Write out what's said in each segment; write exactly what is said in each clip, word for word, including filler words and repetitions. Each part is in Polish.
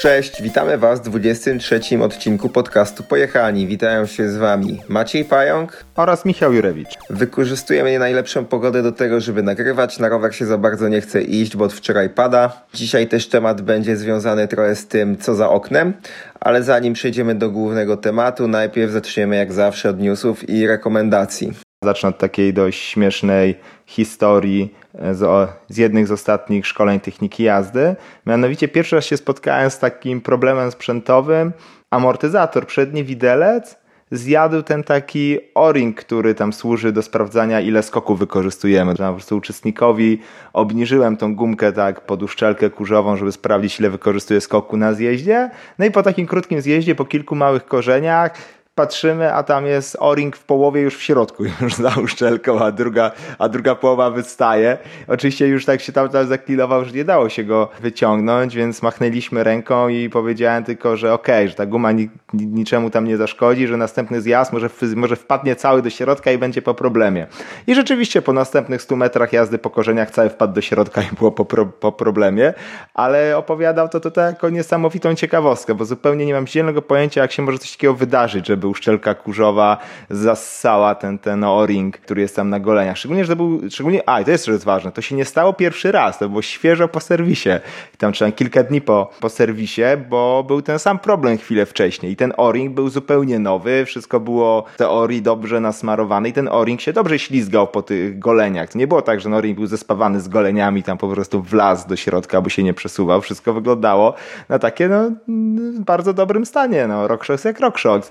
Cześć, witamy Was w dwudziestym trzecim odcinku podcastu Pojechani. Witają się z Wami Maciej Pająk oraz Michał Jurewicz. Wykorzystujemy nie najlepszą pogodę do tego, żeby nagrywać. Na rower się za bardzo nie chce iść, bo od wczoraj pada. Dzisiaj też temat będzie związany trochę z tym, co za oknem. Ale zanim przejdziemy do głównego tematu, najpierw zaczniemy jak zawsze od newsów i rekomendacji. Zacznę od takiej dość śmiesznej historii z, z jednych z ostatnich szkoleń techniki jazdy. Mianowicie pierwszy raz się spotkałem z takim problemem sprzętowym. Amortyzator, przedni widelec zjadł ten taki o-ring, który tam służy do sprawdzania, ile skoków wykorzystujemy. Po prostu uczestnikowi obniżyłem tą gumkę tak pod uszczelkę kurzową, żeby sprawdzić, ile wykorzystuje skoku na zjeździe. No i po takim krótkim zjeździe, po kilku małych korzeniach patrzymy, a tam jest o-ring w połowie już w środku, już za uszczelką, a druga, a druga połowa wystaje. Oczywiście już tak się tam, tam zaklilował, że nie dało się go wyciągnąć, więc machnęliśmy ręką i powiedziałem tylko, że okej, okay, że ta guma ni, niczemu tam nie zaszkodzi, że następny zjazd może, może wpadnie cały do środka i będzie po problemie. I rzeczywiście po następnych stu metrach jazdy po korzeniach cały wpadł do środka i było po, pro, po problemie, ale opowiadał to tutaj jako niesamowitą ciekawostkę, bo zupełnie nie mam zielonego pojęcia, jak się może coś takiego wydarzyć, żeby uszczelka kurzowa zassała ten, ten o-ring, który jest tam na goleniach. Szczególnie, że to był, szczególnie, a i to jest rzecz ważne, to się nie stało pierwszy raz, to było świeżo po serwisie. Tam trzeba kilka dni po, po serwisie, bo był ten sam problem chwilę wcześniej i ten o-ring był zupełnie nowy, wszystko było teorii dobrze nasmarowane i ten o-ring się dobrze ślizgał po tych goleniach. To nie było tak, że o-ring był zespawany z goleniami, tam po prostu wlazł do środka, bo się nie przesuwał. Wszystko wyglądało na takie, no, bardzo dobrym stanie, no, RockShox jak RockShox.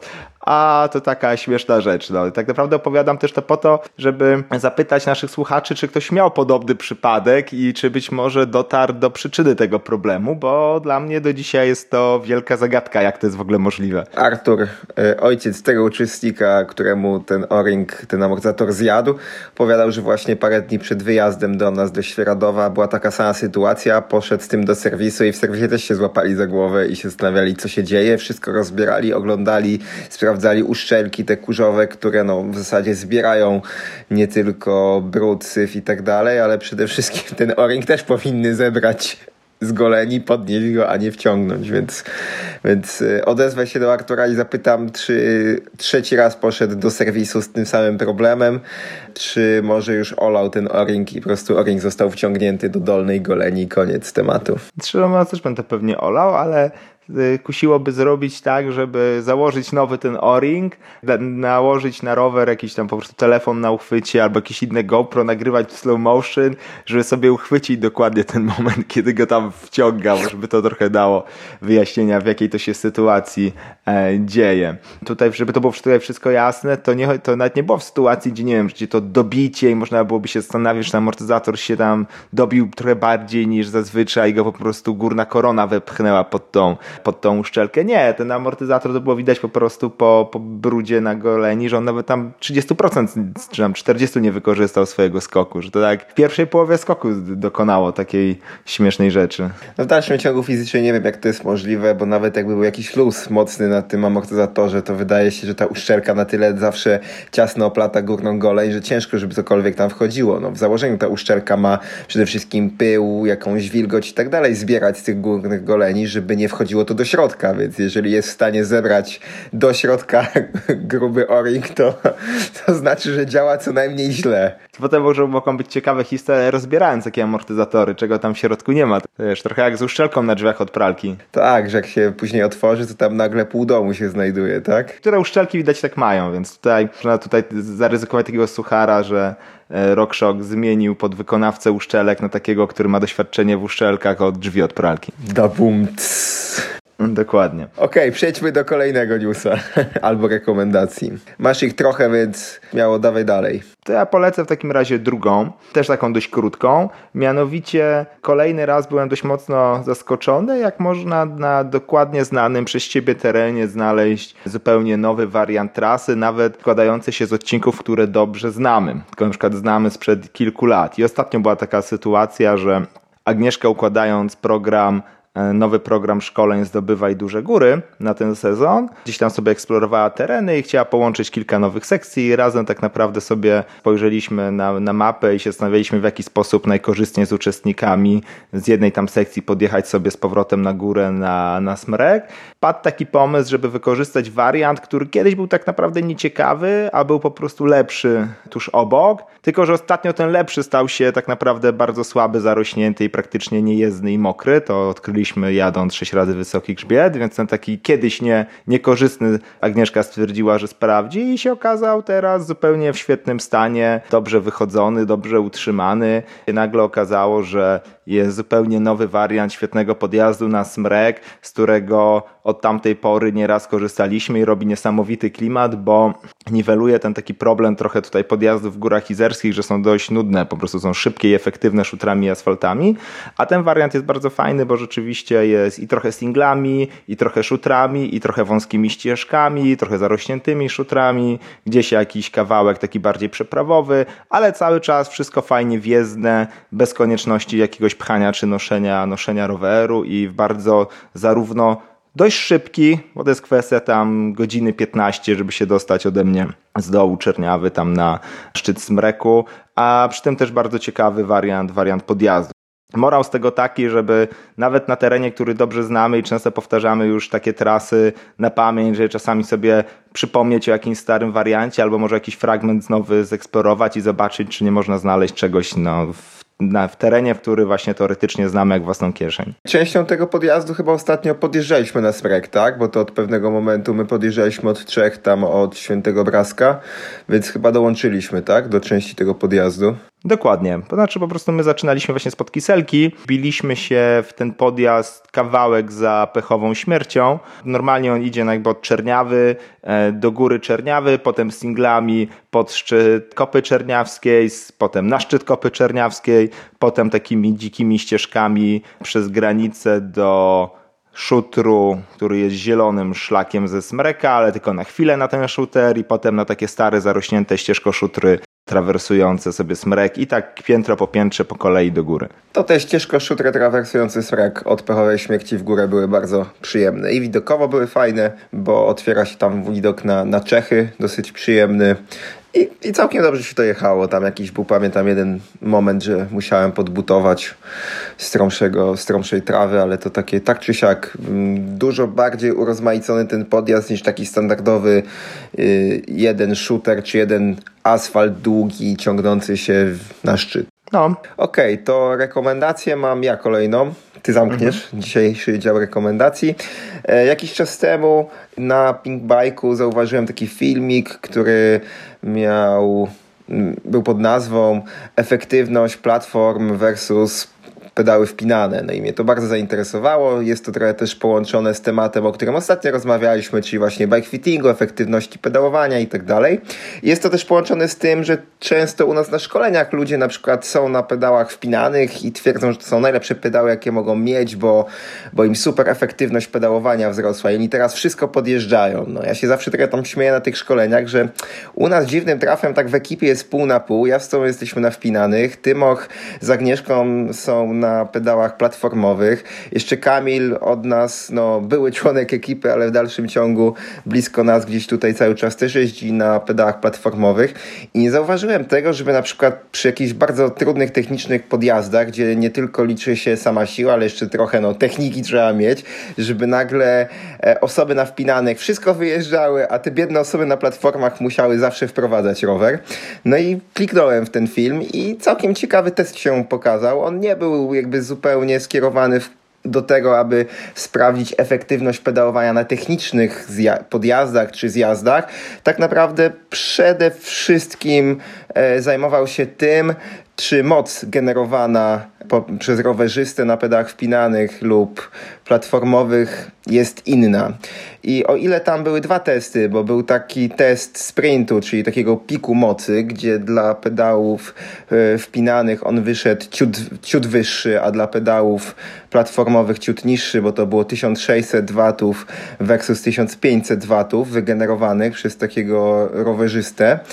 A to taka śmieszna rzecz. No. Tak naprawdę opowiadam też to po to, żeby zapytać naszych słuchaczy, czy ktoś miał podobny przypadek i czy być może dotarł do przyczyny tego problemu, bo dla mnie do dzisiaj jest to wielka zagadka, jak to jest w ogóle możliwe. Artur, ojciec tego uczestnika, któremu ten o-ring, ten amortyzator zjadł, opowiadał, że właśnie parę dni przed wyjazdem do nas, do Świeradowa, była taka sama sytuacja, poszedł z tym do serwisu i w serwisie też się złapali za głowę i się zastanawiali, co się dzieje, wszystko rozbierali, oglądali, sprawdzali uszczelki te kurzowe, które no w zasadzie zbierają nie tylko brud, syf i tak dalej, ale przede wszystkim ten o-ring też powinny zebrać z goleni, podnieść go, a nie wciągnąć, więc, więc odezwę się do Artura i zapytam, czy trzeci raz poszedł do serwisu z tym samym problemem, czy może już olał ten o-ring i po prostu o-ring został wciągnięty do dolnej goleni i koniec tematu. Trzeba mówiąc, też będę pewnie olał, ale kusiłoby zrobić tak, żeby założyć nowy ten o-ring, nałożyć na rower jakiś tam po prostu telefon na uchwycie albo jakieś inne GoPro, nagrywać w slow motion, żeby sobie uchwycić dokładnie ten moment, kiedy go tam wciąga, żeby to trochę dało wyjaśnienia, w jakiej to się sytuacji e, dzieje. Tutaj, żeby to było tutaj wszystko jasne, to, nie, to nawet nie było w sytuacji, gdzie nie wiem, gdzie to dobicie i można byłoby się zastanawiać, że amortyzator się tam dobił trochę bardziej niż zazwyczaj i go po prostu górna korona wepchnęła pod tą pod tą uszczelkę. Nie, ten amortyzator to było widać po prostu po, po brudzie na goleni, że on nawet tam trzydzieści procent czy tam czterdzieści procent nie wykorzystał swojego skoku, że to tak w pierwszej połowie skoku dokonało takiej śmiesznej rzeczy. No w dalszym ciągu fizycznie nie wiem, jak to jest możliwe, bo nawet jakby był jakiś luz mocny na tym amortyzatorze, to wydaje się, że ta uszczelka na tyle zawsze ciasno oplata górną goleń, że ciężko, żeby cokolwiek tam wchodziło. No w założeniu ta uszczelka ma przede wszystkim pył, jakąś wilgoć i tak dalej zbierać z tych górnych goleni, żeby nie wchodziło to do środka, więc jeżeli jest w stanie zebrać do środka gruby o-ring, to, to znaczy, że działa co najmniej źle. Potem może mogą być ciekawe historie, rozbierając takie amortyzatory, czego tam w środku nie ma. To wiesz, trochę jak z uszczelką na drzwiach od pralki. Tak, że jak się później otworzy, to tam nagle pół domu się znajduje, tak? Które uszczelki widać tak mają, więc tutaj można tutaj zaryzykować takiego suchara, że RockShox zmienił podwykonawcę uszczelek na takiego, który ma doświadczenie w uszczelkach od drzwi od pralki. Da bum. Dokładnie. Okej, okay, przejdźmy do kolejnego newsa albo rekomendacji. Masz ich trochę, więc śmiało dawaj dalej. To ja polecę w takim razie drugą, też taką dość krótką. Mianowicie kolejny raz byłem dość mocno zaskoczony, jak można na dokładnie znanym przez Ciebie terenie znaleźć zupełnie nowy wariant trasy, nawet składający się z odcinków, które dobrze znamy. Tylko na przykład znamy sprzed kilku lat. I ostatnio była taka sytuacja, że Agnieszka, układając program nowy program szkoleń Zdobywaj Duże Góry na ten sezon. Gdzieś tam sobie eksplorowała tereny i chciała połączyć kilka nowych sekcji i razem tak naprawdę sobie spojrzeliśmy na, na mapę i się zastanawialiśmy, w jaki sposób najkorzystniej z uczestnikami z jednej tam sekcji podjechać sobie z powrotem na górę na, na Smrek. Padł taki pomysł, żeby wykorzystać wariant, który kiedyś był tak naprawdę nieciekawy, a był po prostu lepszy tuż obok, tylko że ostatnio ten lepszy stał się tak naprawdę bardzo słaby, zarośnięty i praktycznie niejezdny i mokry. To odkryliśmy jadąc sześć razy wysoki grzbiet, więc ten taki kiedyś nie, niekorzystny Agnieszka stwierdziła, że sprawdzi i się okazał teraz zupełnie w świetnym stanie, dobrze wychodzony, dobrze utrzymany. I nagle okazało, że jest zupełnie nowy wariant świetnego podjazdu na Smrek, z którego od tamtej pory nieraz korzystaliśmy i robi niesamowity klimat, bo niweluje ten taki problem trochę tutaj podjazdów w Górach Izerskich, że są dość nudne, po prostu są szybkie i efektywne szutrami i asfaltami, a ten wariant jest bardzo fajny, bo rzeczywiście jest i trochę singlami, i trochę szutrami, i trochę wąskimi ścieżkami, i trochę zarośniętymi szutrami, gdzieś jakiś kawałek taki bardziej przeprawowy, ale cały czas wszystko fajnie wjezdne, bez konieczności jakiegoś pchania czy noszenia, noszenia roweru i w bardzo zarówno dość szybki, bo to jest kwestia tam godziny piętnaście, żeby się dostać ode mnie z dołu Czerniawy tam na szczyt Smreku, a przy tym też bardzo ciekawy wariant, wariant podjazdu. Morał z tego taki, żeby nawet na terenie, który dobrze znamy i często powtarzamy już takie trasy na pamięć, że czasami sobie przypomnieć o jakimś starym wariancie albo może jakiś fragment nowy zeksplorować i zobaczyć, czy nie można znaleźć czegoś no, w Na, w terenie, w który właśnie teoretycznie znamy jak własną kieszeń. Częścią tego podjazdu chyba ostatnio podjeżdżaliśmy na Smrek, tak? Bo to od pewnego momentu my podjeżdżaliśmy od Trzech, tam od Świętego Braska, więc chyba dołączyliśmy, tak? Do części tego podjazdu. Dokładnie. To znaczy po prostu my zaczynaliśmy właśnie spod Kiselki, biliśmy się w ten podjazd kawałek za Pechową Śmiercią. Normalnie on idzie jakby od Czerniawy do góry Czerniawy, potem singlami pod szczyt Kopy Czerniawskiej, potem na szczyt Kopy Czerniawskiej, potem takimi dzikimi ścieżkami przez granicę do szutru, który jest zielonym szlakiem ze Smreka, ale tylko na chwilę na ten szuter i potem na takie stare, zarośnięte ścieżko-szutry trawersujące sobie Smrek i tak piętro po piętrze po kolei do góry. To te ścieżko-szutry trawersujące Smrek od Pechowej Śmierci w górę były bardzo przyjemne i widokowo były fajne, bo otwiera się tam widok na, na Czechy, dosyć przyjemny. I, I całkiem dobrze się to jechało. Tam jakiś był, pamiętam, jeden moment, że musiałem podbutować stromszego, stromszej trawy, ale to takie tak czy siak dużo bardziej urozmaicony ten podjazd niż taki standardowy yy, jeden shooter czy jeden asfalt długi ciągnący się na szczyt. No. Okej, okay, to rekomendację mam ja kolejną. Ty zamkniesz mhm. dzisiejszy dział rekomendacji. E, jakiś czas temu na Pinkbike'u zauważyłem taki filmik, który miał, był pod nazwą Efektywność platform versus pedały wpinane. No i mnie to bardzo zainteresowało. Jest to trochę też połączone z tematem, o którym ostatnio rozmawialiśmy, czyli właśnie bike fittingu, efektywności pedałowania i tak dalej. Jest to też połączone z tym, że często u nas na szkoleniach ludzie na przykład są na pedałach wpinanych i twierdzą, że to są najlepsze pedały, jakie mogą mieć, bo, bo im super efektywność pedałowania wzrosła i oni teraz wszystko podjeżdżają. No ja się zawsze trochę tam śmieję na tych szkoleniach, że u nas dziwnym trafem tak w ekipie jest pół na pół. Ja z tobą jesteśmy na wpinanych, Tymoch z Agnieszką są na na pedałach platformowych. Jeszcze Kamil od nas, no były członek ekipy, ale w dalszym ciągu blisko nas gdzieś tutaj cały czas też jeździ na pedałach platformowych i nie zauważyłem tego, żeby na przykład przy jakichś bardzo trudnych technicznych podjazdach, gdzie nie tylko liczy się sama siła, ale jeszcze trochę no techniki trzeba mieć, żeby nagle e, osoby na wpinanych wszystko wyjeżdżały, a te biedne osoby na platformach musiały zawsze wprowadzać rower. No i kliknąłem w ten film i całkiem ciekawy test się pokazał. On nie był jakby zupełnie skierowany w do tego, aby sprawdzić efektywność pedałowania na technicznych zja- podjazdach czy zjazdach. Tak naprawdę przede wszystkim e, zajmował się tym, czy moc generowana po, przez rowerzystę na pedałach wpinanych lub platformowych jest inna. I o ile tam były dwa testy, bo był taki test sprintu, czyli takiego piku mocy, gdzie dla pedałów y, wpinanych on wyszedł ciut, ciut wyższy, a dla pedałów platformowych ciut niższy, bo to było tysiąc sześćset watów versus tysiąc pięćset watów wygenerowanych przez takiego rowerzystę.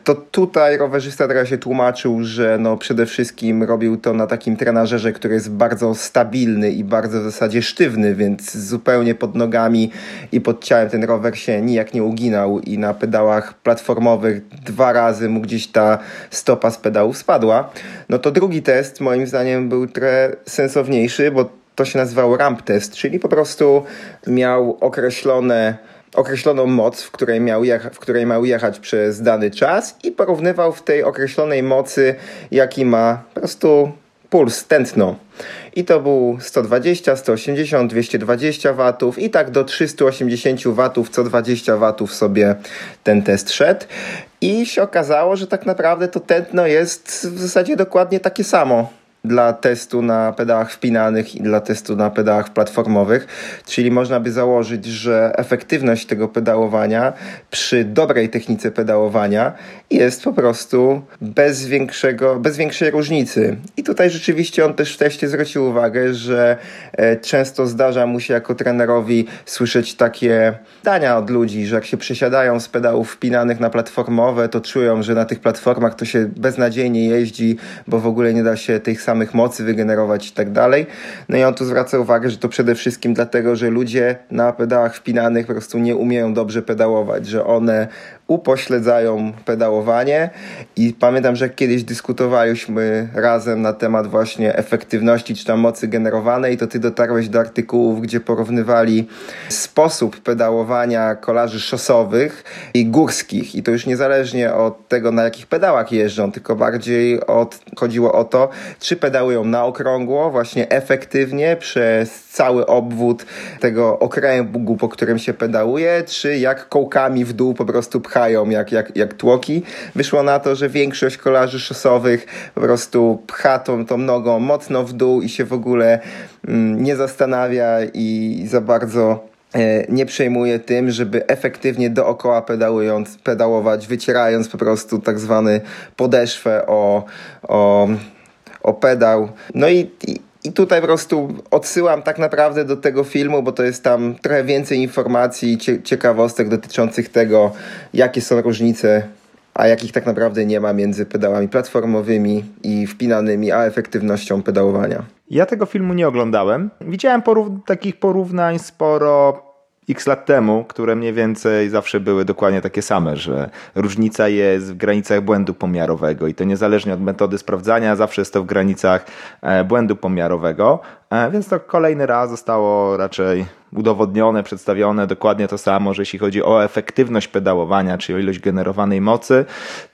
to tutaj rowerzysta teraz się tłumaczył, że no przede wszystkim robił to na takim trenażerze, który jest bardzo stabilny i bardzo w zasadzie sztywny, więc zupełnie pod nogami i pod ciałem ten rower się nijak nie uginał i na pedałach platformowych dwa razy mu gdzieś ta stopa z pedałów spadła. No to drugi test moim zdaniem był trochę sensowniejszy, bo to się nazywał ramp test, czyli po prostu miał określone określoną moc, w której, miał jecha- w której miał jechać przez dany czas i porównywał w tej określonej mocy, jaki ma po prostu puls, tętno. I to był sto dwadzieścia, sto osiemdziesiąt, dwieście dwadzieścia watów i tak do trzysta osiemdziesiąt watów, co dwadzieścia watów sobie ten test szedł. I się okazało, że tak naprawdę to tętno jest w zasadzie dokładnie takie samo dla testu na pedałach wpinanych i dla testu na pedałach platformowych, czyli można by założyć, że efektywność tego pedałowania przy dobrej technice pedałowania jest po prostu bez większego, bez większej różnicy. I tutaj rzeczywiście on też w teście zwrócił uwagę, że e, często zdarza mu się jako trenerowi słyszeć takie zdania od ludzi, że jak się przesiadają z pedałów wpinanych na platformowe, to czują, że na tych platformach to się beznadziejnie jeździ, bo w ogóle nie da się tych samych mocy wygenerować i tak dalej. No i on tu zwraca uwagę, że to przede wszystkim dlatego, że ludzie na pedałach wpinanych po prostu nie umieją dobrze pedałować, że one upośledzają pedałowanie i pamiętam, że kiedyś dyskutowaliśmy razem na temat właśnie efektywności czy tam mocy generowanej, to ty dotarłeś do artykułów, gdzie porównywali sposób pedałowania kolarzy szosowych i górskich i to już niezależnie od tego, na jakich pedałach jeżdżą, tylko bardziej od, chodziło o to, czy pedałują na okrągło, właśnie efektywnie przez cały obwód tego okręgu, po którym się pedałuje, czy jak kołkami w dół po prostu pchają jak, jak, jak tłoki. Wyszło na to, że większość kolarzy szosowych po prostu pcha tą, tą nogą mocno w dół i się w ogóle mm, nie zastanawia i za bardzo e, nie przejmuje tym, żeby efektywnie dookoła pedałując, pedałować, wycierając po prostu tak zwany podeszwę o, o, o pedał. No i, i I tutaj po prostu odsyłam tak naprawdę do tego filmu, bo to jest tam trochę więcej informacji i cie- ciekawostek dotyczących tego, jakie są różnice, a jakich tak naprawdę nie ma między pedałami platformowymi i wpinanymi, a efektywnością pedałowania. Ja tego filmu nie oglądałem. Widziałem porów- takich porównań sporo x lat temu, które mniej więcej zawsze były dokładnie takie same, że różnica jest w granicach błędu pomiarowego i to niezależnie od metody sprawdzania, zawsze jest to w granicach błędu pomiarowego, więc to kolejny raz zostało raczej udowodnione, przedstawione dokładnie to samo, że jeśli chodzi o efektywność pedałowania, czyli o ilość generowanej mocy,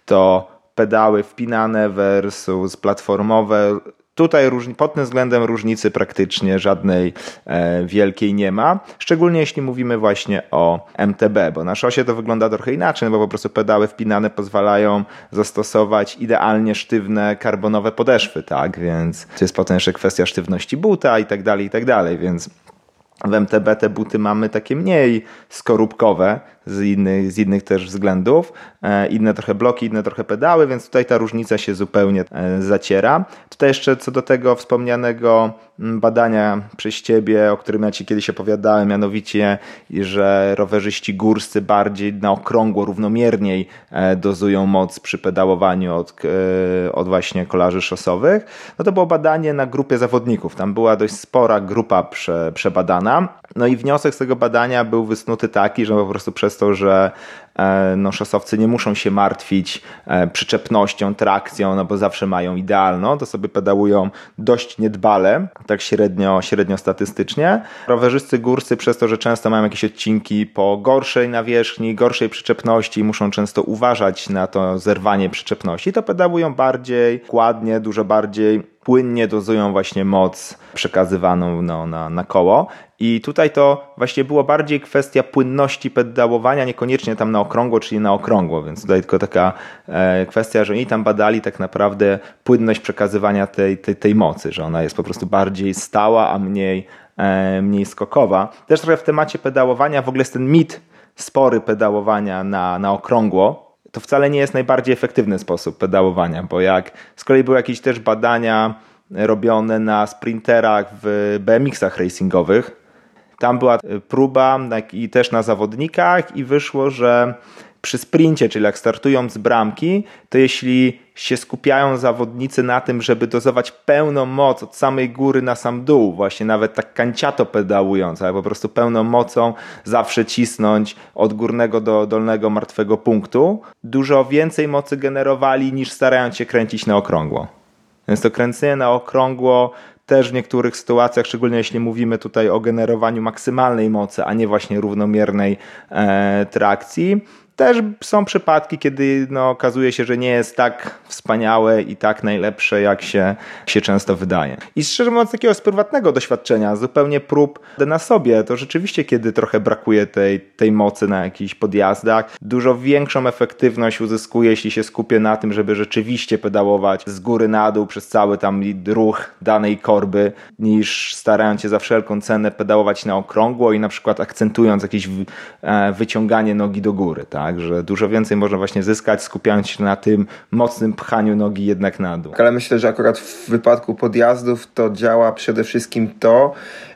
to pedały wpinane versus platformowe, tutaj różni, pod tym względem różnicy praktycznie żadnej e, wielkiej nie ma, szczególnie jeśli mówimy właśnie o M T B, bo na szosie to wygląda trochę inaczej, no bo po prostu pedały wpinane pozwalają zastosować idealnie sztywne karbonowe podeszwy, tak, więc to jest potem jeszcze kwestia sztywności buta i tak dalej, i tak dalej, więc w M T B te buty mamy takie mniej skorupkowe z innych, z innych też względów. E, inne trochę bloki, inne trochę pedały, więc tutaj ta różnica się zupełnie e, zaciera. Tutaj jeszcze co do tego wspomnianego badania przez ciebie, o którym ja ci kiedyś opowiadałem, mianowicie, że rowerzyści górscy bardziej na okrągło, równomierniej e, dozują moc przy pedałowaniu od, e, od właśnie kolarzy szosowych. No to było badanie na grupie zawodników. Tam była dość spora grupa prze, przebadana. No i wniosek z tego badania był wysnuty taki, że po prostu przez to, że no, szosowcy nie muszą się martwić przyczepnością, trakcją, no bo zawsze mają idealną, to sobie pedałują dość niedbale, tak średnio, średnio statystycznie. Rowerzysty górscy przez to, że często mają jakieś odcinki po gorszej nawierzchni, gorszej przyczepności i muszą często uważać na to zerwanie przyczepności, to pedałują bardziej ładnie, dużo bardziej płynnie dozują właśnie moc przekazywaną no, na, na koło. I tutaj to właśnie było bardziej kwestia płynności pedałowania, niekoniecznie tam na okrągło, czyli na okrągło, więc tutaj tylko taka e, kwestia, że oni tam badali tak naprawdę płynność przekazywania tej, tej, tej mocy, że ona jest po prostu bardziej stała, a mniej, e, mniej skokowa. Też trochę w temacie pedałowania w ogóle jest ten mit spory pedałowania na, na okrągło. To wcale nie jest najbardziej efektywny sposób pedałowania, bo jak z kolei były jakieś też badania robione na sprinterach w B M X-ach racingowych, tam była próba i też na zawodnikach i wyszło, że przy sprincie, czyli jak startują z bramki, to jeśli się skupiają zawodnicy na tym, żeby dozować pełną moc od samej góry na sam dół, właśnie nawet tak kanciato pedałując, ale po prostu pełną mocą zawsze cisnąć od górnego do dolnego martwego punktu, dużo więcej mocy generowali niż starając się kręcić na okrągło. Więc to kręcenie na okrągło też w niektórych sytuacjach, szczególnie jeśli mówimy tutaj o generowaniu maksymalnej mocy, a nie właśnie równomiernej e, trakcji, też są przypadki, kiedy no, okazuje się, że nie jest tak wspaniałe i tak najlepsze, jak się, się często wydaje. I szczerze mówiąc, takiego z prywatnego doświadczenia, zupełnie prób na sobie, to rzeczywiście, kiedy trochę brakuje tej, tej mocy na jakichś podjazdach, dużo większą efektywność uzyskuję, jeśli się skupię na tym, żeby rzeczywiście pedałować z góry na dół przez cały tam ruch danej korby, niż starając się za wszelką cenę pedałować na okrągło i na przykład akcentując jakieś wyciąganie nogi do góry, tak? Że dużo więcej można właśnie zyskać, skupiając się na tym mocnym pchaniu nogi jednak na dół. Ale myślę, że akurat w wypadku podjazdów to działa przede wszystkim to,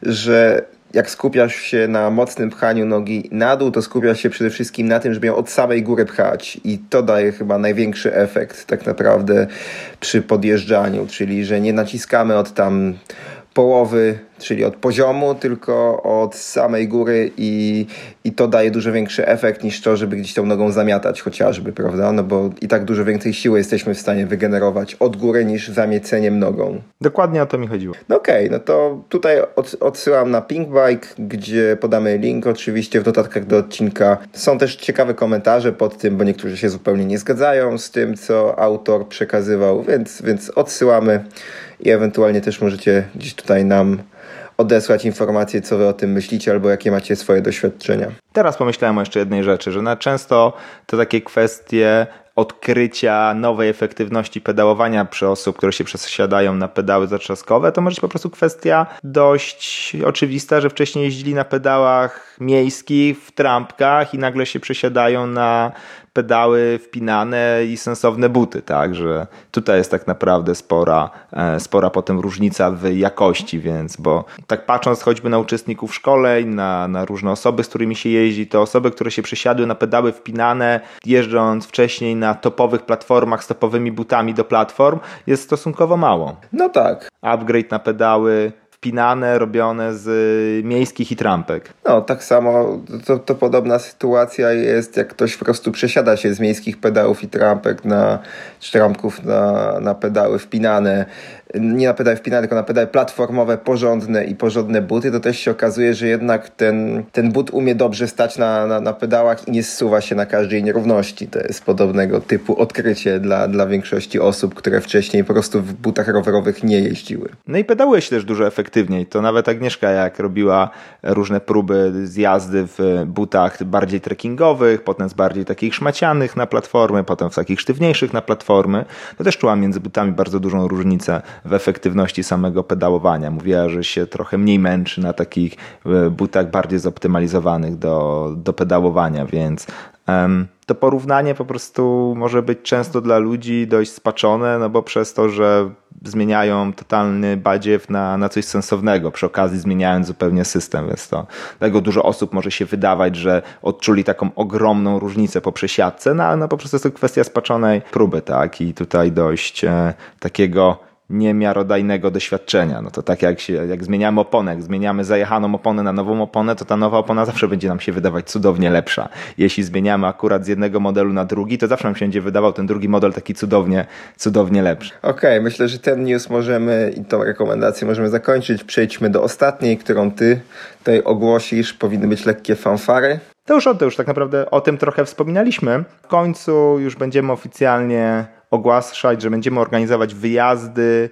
że jak skupiasz się na mocnym pchaniu nogi na dół, to skupiasz się przede wszystkim na tym, żeby ją od samej góry pchać i to daje chyba największy efekt tak naprawdę przy podjeżdżaniu, czyli że nie naciskamy od tam połowy, czyli od poziomu, tylko od samej góry i, i to daje dużo większy efekt niż to, żeby gdzieś tą nogą zamiatać chociażby, prawda? No bo i tak dużo więcej siły jesteśmy w stanie wygenerować od góry niż zamieceniem nogą. Dokładnie o to mi chodziło. No okej, okay, no to tutaj od, odsyłam na Pinkbike, gdzie podamy link oczywiście w notatkach do odcinka. Są też ciekawe komentarze pod tym, bo niektórzy się zupełnie nie zgadzają z tym, co autor przekazywał, więc, więc odsyłamy i ewentualnie też możecie gdzieś tutaj nam odesłać informacje, co wy o tym myślicie, albo jakie macie swoje doświadczenia. Teraz pomyślałem o jeszcze jednej rzeczy, że na często to takie kwestie odkrycia nowej efektywności pedałowania przy osób, które się przesiadają na pedały zatrzaskowe, to może być po prostu kwestia dość oczywista, że wcześniej jeździli na pedałach miejskich, w trampkach i nagle się przesiadają na pedały wpinane i sensowne buty, tak, że tutaj jest tak naprawdę spora, spora potem różnica w jakości, więc, bo tak patrząc choćby na uczestników szkoleń, na, na różne osoby, z którymi się jeździ, to osoby, które się przesiadły na pedały wpinane, jeżdżąc wcześniej na topowych platformach z topowymi butami do platform, jest stosunkowo mało. No tak. Upgrade na pedały wpinane, robione z miejskich i trampek. No, tak samo to, to podobna sytuacja jest, jak ktoś po prostu przesiada się z miejskich pedałów i trampek na, czy trampków na, na pedały wpinane, nie na pedały wpinane, tylko na pedały platformowe, porządne i porządne buty, to też się okazuje, że jednak ten, ten but umie dobrze stać na, na, na pedałach i nie zsuwa się na każdej nierówności. To jest podobnego typu odkrycie dla, dla większości osób, które wcześniej po prostu w butach rowerowych nie jeździły. No i pedałuje się też dużo efektywniej. To nawet Agnieszka, jak robiła różne próby z jazdy w butach bardziej trekkingowych, potem z bardziej takich szmacianych na platformy, potem w takich sztywniejszych na platformy, to też czuła między butami bardzo dużą różnicę w efektywności samego pedałowania. Mówiła, że się trochę mniej męczy na takich butach bardziej zoptymalizowanych do, do pedałowania, więc um, to porównanie po prostu może być często dla ludzi dość spaczone, no bo przez to, że zmieniają totalny badziew na, na coś sensownego, przy okazji zmieniając zupełnie system, więc to dlatego dużo osób może się wydawać, że odczuli taką ogromną różnicę po przesiadce, no ale no po prostu jest to kwestia spaczonej próby, tak, i tutaj dość e, takiego niemiarodajnego doświadczenia. No to tak jak się, jak zmieniamy oponę, jak zmieniamy zajechaną oponę na nową oponę, to ta nowa opona zawsze będzie nam się wydawać cudownie lepsza. Jeśli zmieniamy akurat z jednego modelu na drugi, to zawsze nam się będzie wydawał ten drugi model taki cudownie, cudownie lepszy. Okej, okay, myślę, że ten news możemy i tą rekomendację możemy zakończyć. Przejdźmy do ostatniej, którą ty tutaj ogłosisz. Powinny być lekkie fanfary. To już o to, już tak naprawdę o tym trochę wspominaliśmy. W końcu już będziemy oficjalnie ogłaszać, że będziemy organizować wyjazdy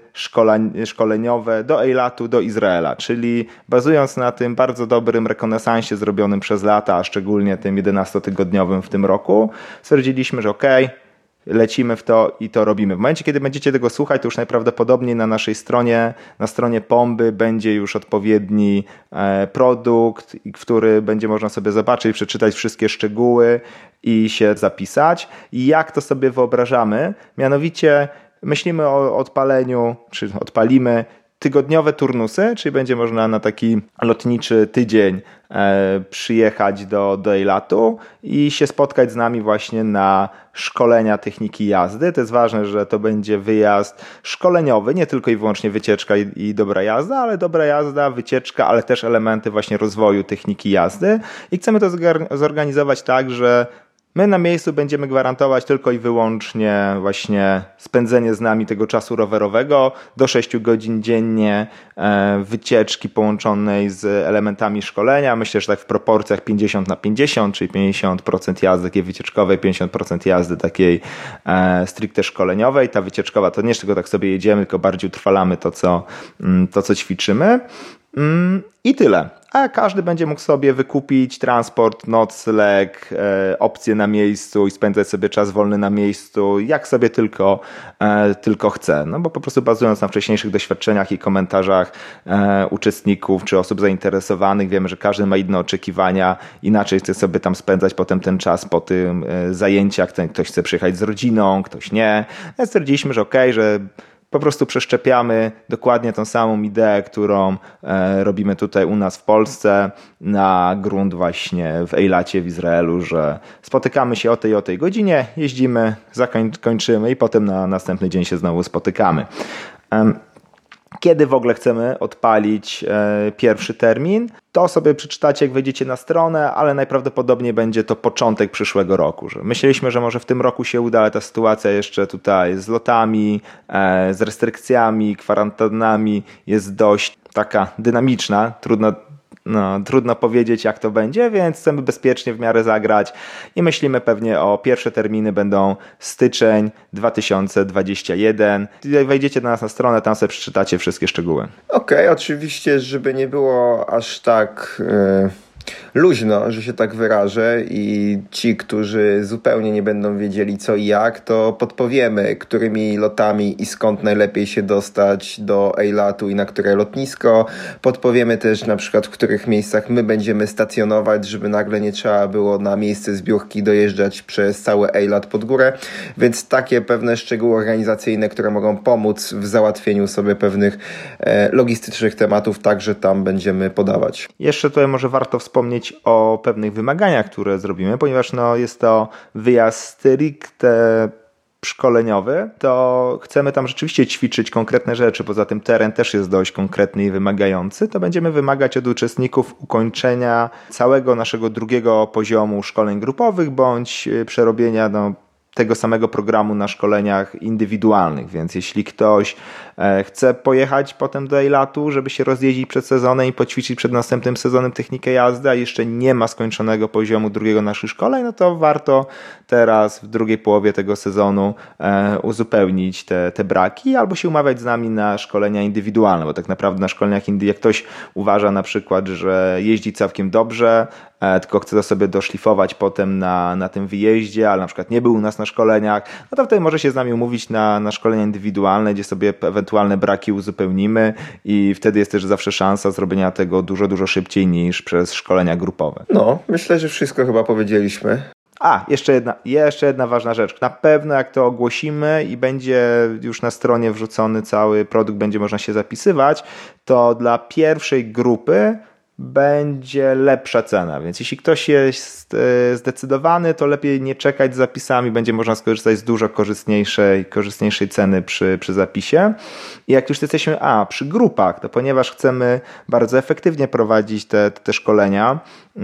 szkoleniowe do Eilatu, do Izraela, czyli bazując na tym bardzo dobrym rekonesansie zrobionym przez lata, a szczególnie tym jedenastotygodniowym w tym roku, stwierdziliśmy, że okej, okay, lecimy w to i to robimy. W momencie, kiedy będziecie tego słuchać, to już najprawdopodobniej na naszej stronie, na stronie Pomby będzie już odpowiedni e, produkt, który będzie można sobie zobaczyć, przeczytać wszystkie szczegóły i się zapisać. I jak to sobie wyobrażamy? Mianowicie myślimy o odpaleniu, czy odpalimy tygodniowe turnusy, czyli będzie można na taki lotniczy tydzień e, przyjechać do, do Eilatu i się spotkać z nami właśnie na szkolenia techniki jazdy. To jest ważne, że to będzie wyjazd szkoleniowy, nie tylko i wyłącznie wycieczka i, i dobra jazda, ale dobra jazda, wycieczka, ale też elementy właśnie rozwoju techniki jazdy i chcemy to zorganizować tak, że my na miejscu będziemy gwarantować tylko i wyłącznie właśnie spędzenie z nami tego czasu rowerowego do sześciu godzin dziennie, wycieczki połączonej z elementami szkolenia. Myślę, że tak w proporcjach pięćdziesiąt na pięćdziesiąt, czyli pięćdziesiąt procent jazdy takiej wycieczkowej, pięćdziesiąt procent jazdy takiej stricte szkoleniowej. Ta wycieczkowa to nie tylko tak sobie jedziemy, tylko bardziej utrwalamy to, co, to, co ćwiczymy. I tyle. A każdy będzie mógł sobie wykupić transport, nocleg, e, opcje na miejscu i spędzać sobie czas wolny na miejscu, jak sobie tylko, e, tylko chce. No bo po prostu bazując na wcześniejszych doświadczeniach i komentarzach e, uczestników czy osób zainteresowanych, wiemy, że każdy ma inne oczekiwania, inaczej chce sobie tam spędzać potem ten czas po tym e, zajęciach. Ktoś chce przyjechać z rodziną, ktoś nie. No, stwierdziliśmy, że okej, okay, że po prostu przeszczepiamy dokładnie tą samą ideę, którą e, robimy tutaj u nas w Polsce na grunt właśnie w Eilacie w Izraelu, że spotykamy się o tej o tej godzinie, jeździmy, zakończymy i potem na następny dzień się znowu spotykamy. Um, Kiedy w ogóle chcemy odpalić e, pierwszy termin, to sobie przeczytacie, jak wejdziecie na stronę, ale najprawdopodobniej będzie to początek przyszłego roku. Że myśleliśmy, że może w tym roku się uda, ale ta sytuacja jeszcze tutaj z lotami, e, z restrykcjami, kwarantannami jest dość taka dynamiczna, trudno No, trudno powiedzieć, jak to będzie, więc chcemy bezpiecznie w miarę zagrać i myślimy pewnie o pierwsze terminy będą styczeń dwa tysiące dwudziesty pierwszy. Jak wejdziecie do nas na stronę, tam sobie przeczytacie wszystkie szczegóły. Okej, okay, oczywiście, żeby nie było aż tak Yy... luźno, że się tak wyrażę i ci, którzy zupełnie nie będą wiedzieli co i jak, to podpowiemy, którymi lotami i skąd najlepiej się dostać do Eilatu i na które lotnisko. Podpowiemy też na przykład, w których miejscach my będziemy stacjonować, żeby nagle nie trzeba było na miejsce zbiórki dojeżdżać przez cały Eilat pod górę, więc takie pewne szczegóły organizacyjne, które mogą pomóc w załatwieniu sobie pewnych e, logistycznych tematów, także tam będziemy podawać. Jeszcze tutaj może warto wspomnieć o pewnych wymaganiach, które zrobimy, ponieważ no, jest to wyjazd stricte szkoleniowy, to chcemy tam rzeczywiście ćwiczyć konkretne rzeczy, poza tym teren też jest dość konkretny i wymagający, to będziemy wymagać od uczestników ukończenia całego naszego drugiego poziomu szkoleń grupowych, bądź przerobienia no, tego samego programu na szkoleniach indywidualnych, więc jeśli ktoś chce pojechać potem do Eilatu, żeby się rozjeździć przed sezonem i poćwiczyć przed następnym sezonem technikę jazdy, a jeszcze nie ma skończonego poziomu drugiego naszych szkoleń, no to warto teraz w drugiej połowie tego sezonu uzupełnić te, te braki albo się umawiać z nami na szkolenia indywidualne, bo tak naprawdę na szkoleniach indywidualnych, jak ktoś uważa na przykład, że jeździ całkiem dobrze, tylko chce to sobie doszlifować potem na, na tym wyjeździe, ale na przykład nie był u nas na szkoleniach, no to wtedy może się z nami umówić na, na szkolenia indywidualne, gdzie sobie ewentualne braki uzupełnimy i wtedy jest też zawsze szansa zrobienia tego dużo, dużo szybciej niż przez szkolenia grupowe. No, myślę, że wszystko chyba powiedzieliśmy. A, jeszcze jedna, jeszcze jedna ważna rzecz. Na pewno jak to ogłosimy i będzie już na stronie wrzucony cały produkt, będzie można się zapisywać, to dla pierwszej grupy będzie lepsza cena, więc jeśli ktoś jest zdecydowany, to lepiej nie czekać z zapisami, będzie można skorzystać z dużo korzystniejszej, korzystniejszej ceny przy, przy zapisie. I jak już jesteśmy a, przy grupach, to ponieważ chcemy bardzo efektywnie prowadzić te, te szkolenia,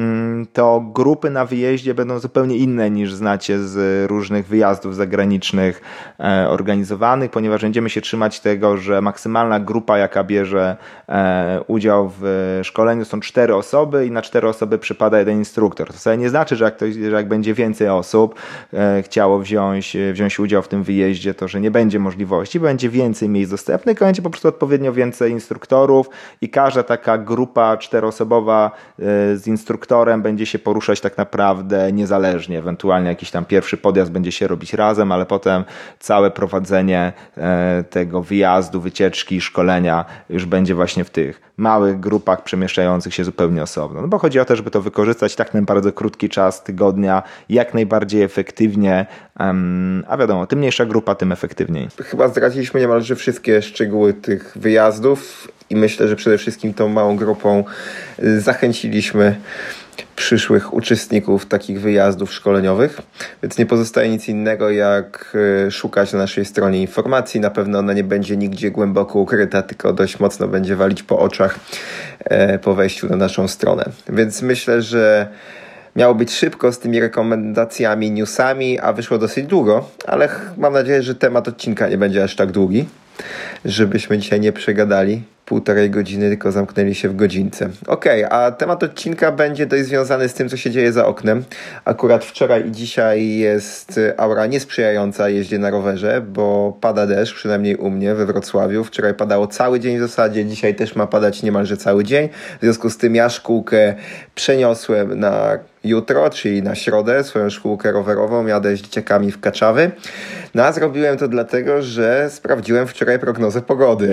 to grupy na wyjeździe będą zupełnie inne niż znacie z różnych wyjazdów zagranicznych organizowanych, ponieważ będziemy się trzymać tego, że maksymalna grupa, jaka bierze udział w szkoleniu, są cztery osoby i na cztery osoby przypada jeden instruktor. To wcale nie znaczy, że jak, ktoś, że jak będzie więcej osób e, chciało wziąć, wziąć udział w tym wyjeździe, to że nie będzie możliwości, będzie więcej miejsc dostępnych, a będzie po prostu odpowiednio więcej instruktorów i każda taka grupa czteroosobowa e, z instruktorami instruktorem będzie się poruszać tak naprawdę niezależnie. Ewentualnie jakiś tam pierwszy podjazd będzie się robić razem, ale potem całe prowadzenie tego wyjazdu, wycieczki, szkolenia już będzie właśnie w tych małych grupach przemieszczających się zupełnie osobno. No bo chodzi o to, żeby to wykorzystać tak na bardzo krótki czas tygodnia, jak najbardziej efektywnie, a wiadomo, tym mniejsza grupa, tym efektywniej. Chyba zdradziliśmy niemalże wszystkie szczegóły tych wyjazdów i myślę, że przede wszystkim tą małą grupą zachęciliśmy przyszłych uczestników takich wyjazdów szkoleniowych, więc nie pozostaje nic innego jak szukać na naszej stronie informacji. Na pewno ona nie będzie nigdzie głęboko ukryta, tylko dość mocno będzie walić po oczach po wejściu na naszą stronę. Więc myślę, że miało być szybko z tymi rekomendacjami, newsami, a wyszło dosyć długo, ale mam nadzieję, że temat odcinka nie będzie aż tak długi, żebyśmy dzisiaj nie przegadali półtorej godziny, tylko zamknęli się w godzince. Okej, okay, a temat odcinka będzie dość związany z tym, co się dzieje za oknem. Akurat wczoraj i dzisiaj jest aura niesprzyjająca jeździe na rowerze, bo pada deszcz, przynajmniej u mnie we Wrocławiu. Wczoraj padało cały dzień w zasadzie, dzisiaj też ma padać niemalże cały dzień. W związku z tym ja szkółkę przeniosłem na jutro, czyli na środę, swoją szkółkę rowerową. Jadę z dzieciakami w Kaczawy. No a zrobiłem to dlatego, że sprawdziłem wczoraj prognozę pogody.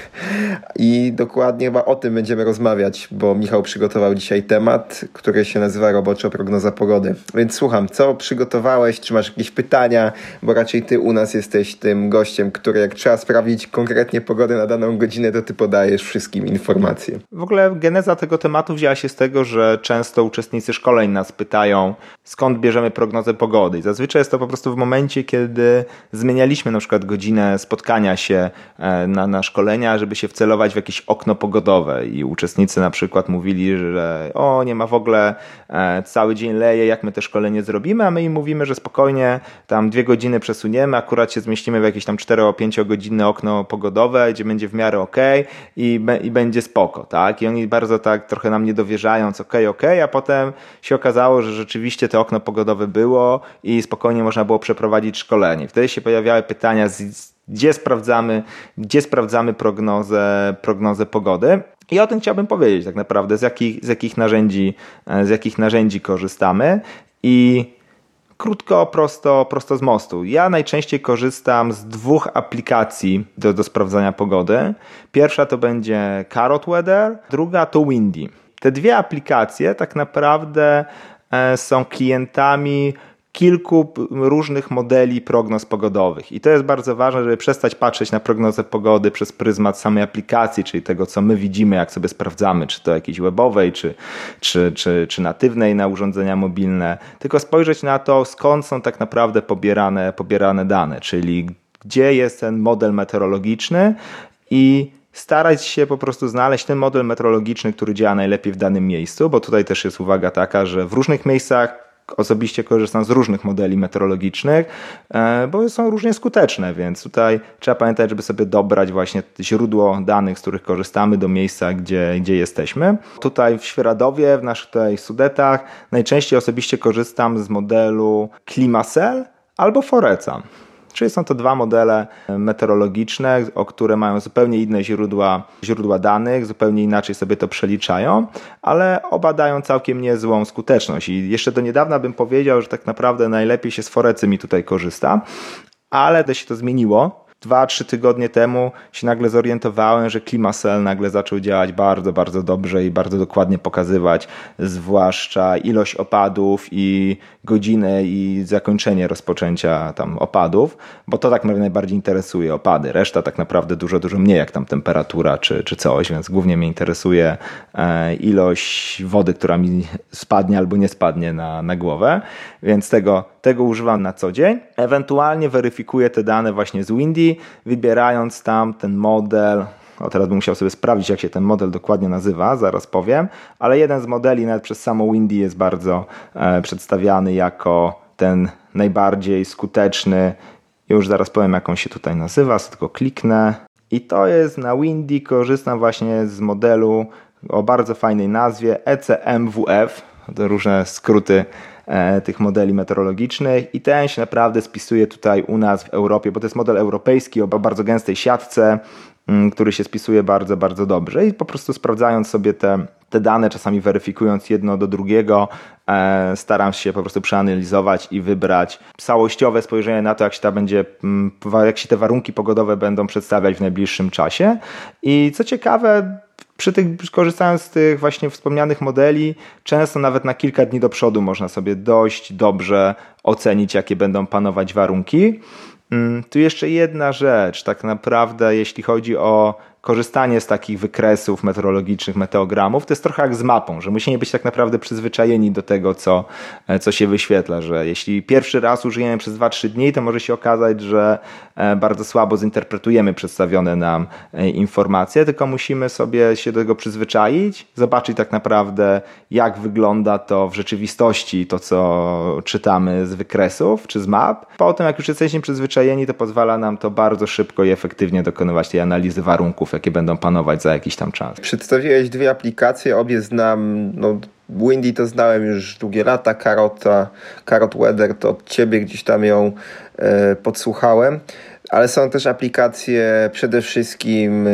I dokładnie chyba o tym będziemy rozmawiać, bo Michał przygotował dzisiaj temat, który się nazywa roboczo prognoza pogody. Więc słucham, co przygotowałeś? Czy masz jakieś pytania? Bo raczej ty u nas jesteś tym gościem, który jak trzeba sprawdzić konkretnie pogodę na daną godzinę, to ty podajesz wszystkim informacje. W ogóle geneza tego tematu wzięła się z tego, że często uczestnicy szkoleń nas pytają, skąd bierzemy prognozę pogody. I zazwyczaj jest to po prostu w momencie, kiedy zmienialiśmy na przykład godzinę spotkania się na, na szkolenia, żeby się wcelować w jakieś okno pogodowe i uczestnicy na przykład mówili, że o, nie ma w ogóle, e, cały dzień leje, jak my te szkolenie zrobimy, a my im mówimy, że spokojnie tam dwie godziny przesuniemy, akurat się zmieścimy w jakieś tam cztero-pięciogodzinne okno pogodowe, gdzie będzie w miarę okej okay i, be, i będzie spoko, tak? I oni bardzo tak trochę nam nie dowierzając, okej, okay, okej, okay, a potem się okazało, że rzeczywiście to okno pogodowe było i spokojnie można było przeprowadzić szkolenie. Wtedy się pojawiały pytania z Gdzie sprawdzamy, gdzie sprawdzamy prognozę, prognozę pogody. I o tym chciałbym powiedzieć tak naprawdę, z jakich, z jakich narzędzi, z jakich narzędzi korzystamy. I krótko, prosto, prosto z mostu. Ja najczęściej korzystam z dwóch aplikacji do, do sprawdzania pogody. Pierwsza to będzie Carrot Weather, druga to Windy. Te dwie aplikacje tak naprawdę są klientami kilku różnych modeli prognoz pogodowych. I to jest bardzo ważne, żeby przestać patrzeć na prognozę pogody przez pryzmat samej aplikacji, czyli tego, co my widzimy, jak sobie sprawdzamy, czy to jakiejś webowej, czy, czy, czy, czy natywnej na urządzenia mobilne, tylko spojrzeć na to, skąd są tak naprawdę pobierane, pobierane dane, czyli gdzie jest ten model meteorologiczny i starać się po prostu znaleźć ten model meteorologiczny, który działa najlepiej w danym miejscu, bo tutaj też jest uwaga taka, że w różnych miejscach osobiście korzystam z różnych modeli meteorologicznych, bo są różnie skuteczne, więc tutaj trzeba pamiętać, żeby sobie dobrać właśnie źródło danych, z których korzystamy do miejsca, gdzie, gdzie jesteśmy. Tutaj w Świeradowie, w naszych tutaj Sudetach najczęściej osobiście korzystam z modelu Climasel albo Foreca. Czyli są to dwa modele meteorologiczne, o które mają zupełnie inne źródła, źródła danych, zupełnie inaczej sobie to przeliczają, ale oba dają całkiem niezłą skuteczność. I jeszcze do niedawna bym powiedział, że tak naprawdę najlepiej się z Forecy mi tutaj korzysta, ale to się to zmieniło. Dwa, trzy tygodnie temu się nagle zorientowałem, że Climasel nagle zaczął działać bardzo, bardzo dobrze i bardzo dokładnie pokazywać zwłaszcza ilość opadów i godzinę i zakończenie rozpoczęcia tam opadów, bo to tak mnie najbardziej interesuje, opady. Reszta tak naprawdę dużo, dużo mniej jak tam temperatura czy, czy coś, więc głównie mnie interesuje e, ilość wody, która mi spadnie albo nie spadnie na, na głowę, więc tego, tego używam na co dzień. Ewentualnie weryfikuję te dane właśnie z Windy, wybierając tam ten model, o teraz bym musiał sobie sprawdzić, jak się ten model dokładnie nazywa, zaraz powiem, ale jeden z modeli nawet przez samo Windy jest bardzo e, przedstawiany jako ten najbardziej skuteczny. Już zaraz powiem, jak on się tutaj nazywa, so tylko kliknę. I to jest na Windy, korzystam właśnie z modelu o bardzo fajnej nazwie E C M W F, to różne skróty tych modeli meteorologicznych i ten się naprawdę spisuje tutaj u nas w Europie, bo to jest model europejski o bardzo gęstej siatce, który się spisuje bardzo, bardzo dobrze i po prostu sprawdzając sobie te te dane, czasami weryfikując jedno do drugiego, staram się po prostu przeanalizować i wybrać całościowe spojrzenie na to, jak się, ta będzie, jak się te warunki pogodowe będą przedstawiać w najbliższym czasie. I co ciekawe, przy tych, korzystając z tych właśnie wspomnianych modeli, często nawet na kilka dni do przodu można sobie dość dobrze ocenić, jakie będą panować warunki. Tu jeszcze jedna rzecz, tak naprawdę jeśli chodzi o korzystanie z takich wykresów meteorologicznych, meteogramów, to jest trochę jak z mapą, że musimy być tak naprawdę przyzwyczajeni do tego, co, co się wyświetla, że jeśli pierwszy raz użyjemy przez dwa trzy dni, to może się okazać, że bardzo słabo zinterpretujemy przedstawione nam informacje, tylko musimy sobie się do tego przyzwyczaić, zobaczyć tak naprawdę, jak wygląda to w rzeczywistości, to co czytamy z wykresów czy z map. Potem, jak już jesteśmy przyzwyczajeni, to pozwala nam to bardzo szybko i efektywnie dokonywać tej analizy warunków, jakie będą panować za jakiś tam czas. Przedstawiłeś dwie aplikacje, obie znam, no Windy to znałem już długie lata, Carrota, Carrot Weather to od ciebie gdzieś tam ją e, podsłuchałem, ale są też aplikacje przede wszystkim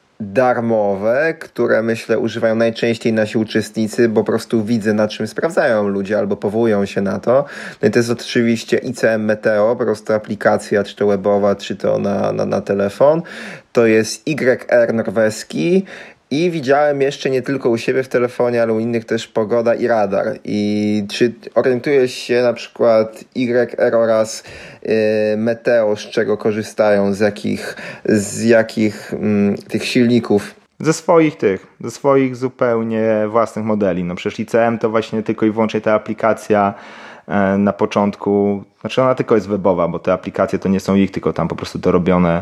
darmowe, które myślę używają najczęściej nasi uczestnicy, bo po prostu widzę, na czym sprawdzają ludzie albo powołują się na to. No i to jest oczywiście I C M Meteo, po prostu aplikacja, czy to webowa, czy to na, na, na telefon. To jest Y R norweski i widziałem jeszcze nie tylko u siebie w telefonie, ale u innych też pogoda i radar. I czy orientujesz się na przykład Y R oraz y, Meteo, z czego korzystają, z jakich, z jakich mm, tych silników? Ze swoich tych, ze swoich zupełnie własnych modeli. No przecież I C M to właśnie tylko i wyłącznie ta aplikacja na początku, znaczy ona tylko jest webowa, bo te aplikacje to nie są ich, tylko tam po prostu dorobione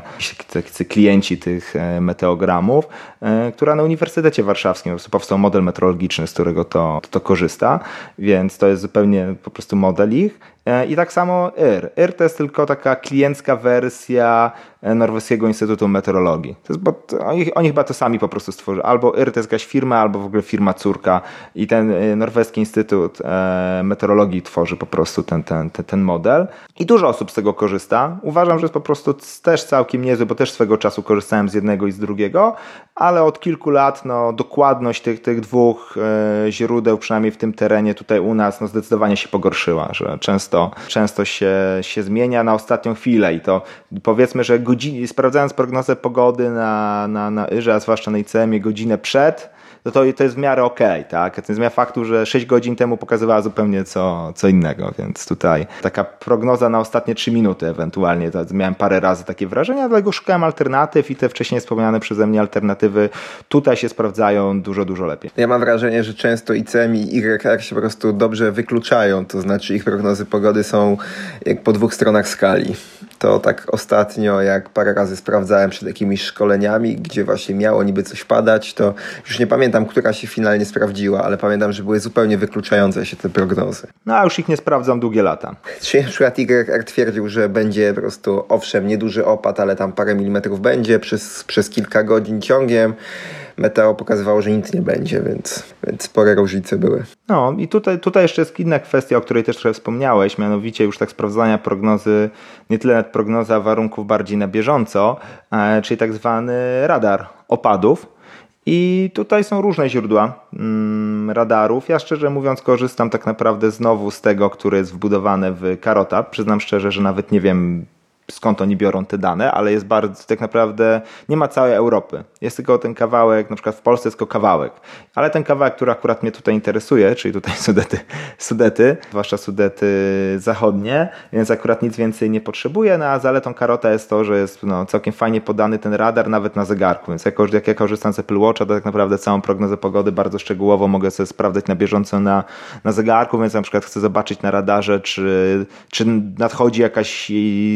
klienci tych meteogramów, która na Uniwersytecie Warszawskim po prostu powstał model meteorologiczny, z którego to, to, to korzysta, więc to jest zupełnie po prostu model ich. I tak samo I R. I R to jest tylko taka kliencka wersja Norweskiego Instytutu Meteorologii. To jest, bo to, oni, oni chyba to sami po prostu stworzyli. Albo I R to jest jakaś firma, albo w ogóle firma córka i ten Norweski Instytut Meteorologii tworzy po prostu ten, ten, ten, ten model. I dużo osób z tego korzysta. Uważam, że jest po prostu też całkiem niezły, bo też swego czasu korzystałem z jednego i z drugiego, ale od kilku lat no, dokładność tych, tych dwóch e, źródeł, przynajmniej w tym terenie tutaj u nas, no, zdecydowanie się pogorszyła, że często Często się, się zmienia na ostatnią chwilę i to powiedzmy, że godzin, sprawdzając prognozę pogody na, na, na I Rze, a zwłaszcza na I C M-ie godzinę przed, to, to, to jest w miarę okej, okay, tak? To zmienia faktu, że sześć godzin temu pokazywała zupełnie co, co innego, więc tutaj taka prognoza na ostatnie trzy minuty ewentualnie, to miałem parę razy takie wrażenia, dlatego szukałem alternatyw i te wcześniej wspomniane przeze mnie alternatywy tutaj się sprawdzają dużo, dużo lepiej. Ja mam wrażenie, że często I C M i Y R się po prostu dobrze wykluczają, to znaczy ich prognozy pogody są jak po dwóch stronach skali. To tak ostatnio, jak parę razy sprawdzałem przed jakimiś szkoleniami, gdzie właśnie miało niby coś padać, to już nie pamiętam, która się finalnie sprawdziła, ale pamiętam, że były zupełnie wykluczające się te prognozy. No a już ich nie sprawdzam długie lata. Czy na przykład Y R twierdził, że będzie po prostu, owszem, nieduży opad, ale tam parę milimetrów będzie przez, przez kilka godzin ciągiem. Meteo pokazywało, że nic nie będzie, więc, więc spore różnice były. No i tutaj, tutaj jeszcze jest inna kwestia, o której też trochę wspomniałeś, mianowicie już tak sprawdzania prognozy, nie tyle nawet prognoza warunków bardziej na bieżąco, e, czyli tak zwany radar opadów. I tutaj są różne źródła mm, radarów. Ja szczerze mówiąc korzystam tak naprawdę znowu z tego, które jest wbudowane w Carrota. Przyznam szczerze, że nawet nie wiem, skąd oni biorą te dane, ale jest bardzo, tak naprawdę nie ma całej Europy. Jest tylko ten kawałek, na przykład w Polsce jest tylko kawałek, ale ten kawałek, który akurat mnie tutaj interesuje, czyli tutaj Sudety, Sudety, zwłaszcza Sudety zachodnie, więc akurat nic więcej nie potrzebuję, no a zaletą Carrota jest to, że jest no, całkiem fajnie podany ten radar nawet na zegarku, więc jak, jak ja korzystam z Apple Watcha, to tak naprawdę całą prognozę pogody bardzo szczegółowo mogę sobie sprawdzać na bieżąco na, na zegarku, więc na przykład chcę zobaczyć na radarze, czy, czy nadchodzi jakaś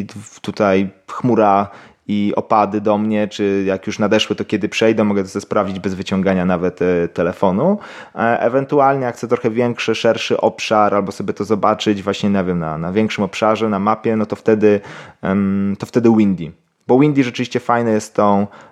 tutaj chmura i opady do mnie, czy jak już nadeszły, to kiedy przejdą, mogę to sobie sprawdzić bez wyciągania nawet e, telefonu. E, ewentualnie jak chcę trochę większy, szerszy obszar, albo sobie to zobaczyć właśnie, nie wiem, na, na większym obszarze, na mapie, no to wtedy, um, to wtedy Windy. Bo Windy rzeczywiście fajne jest tą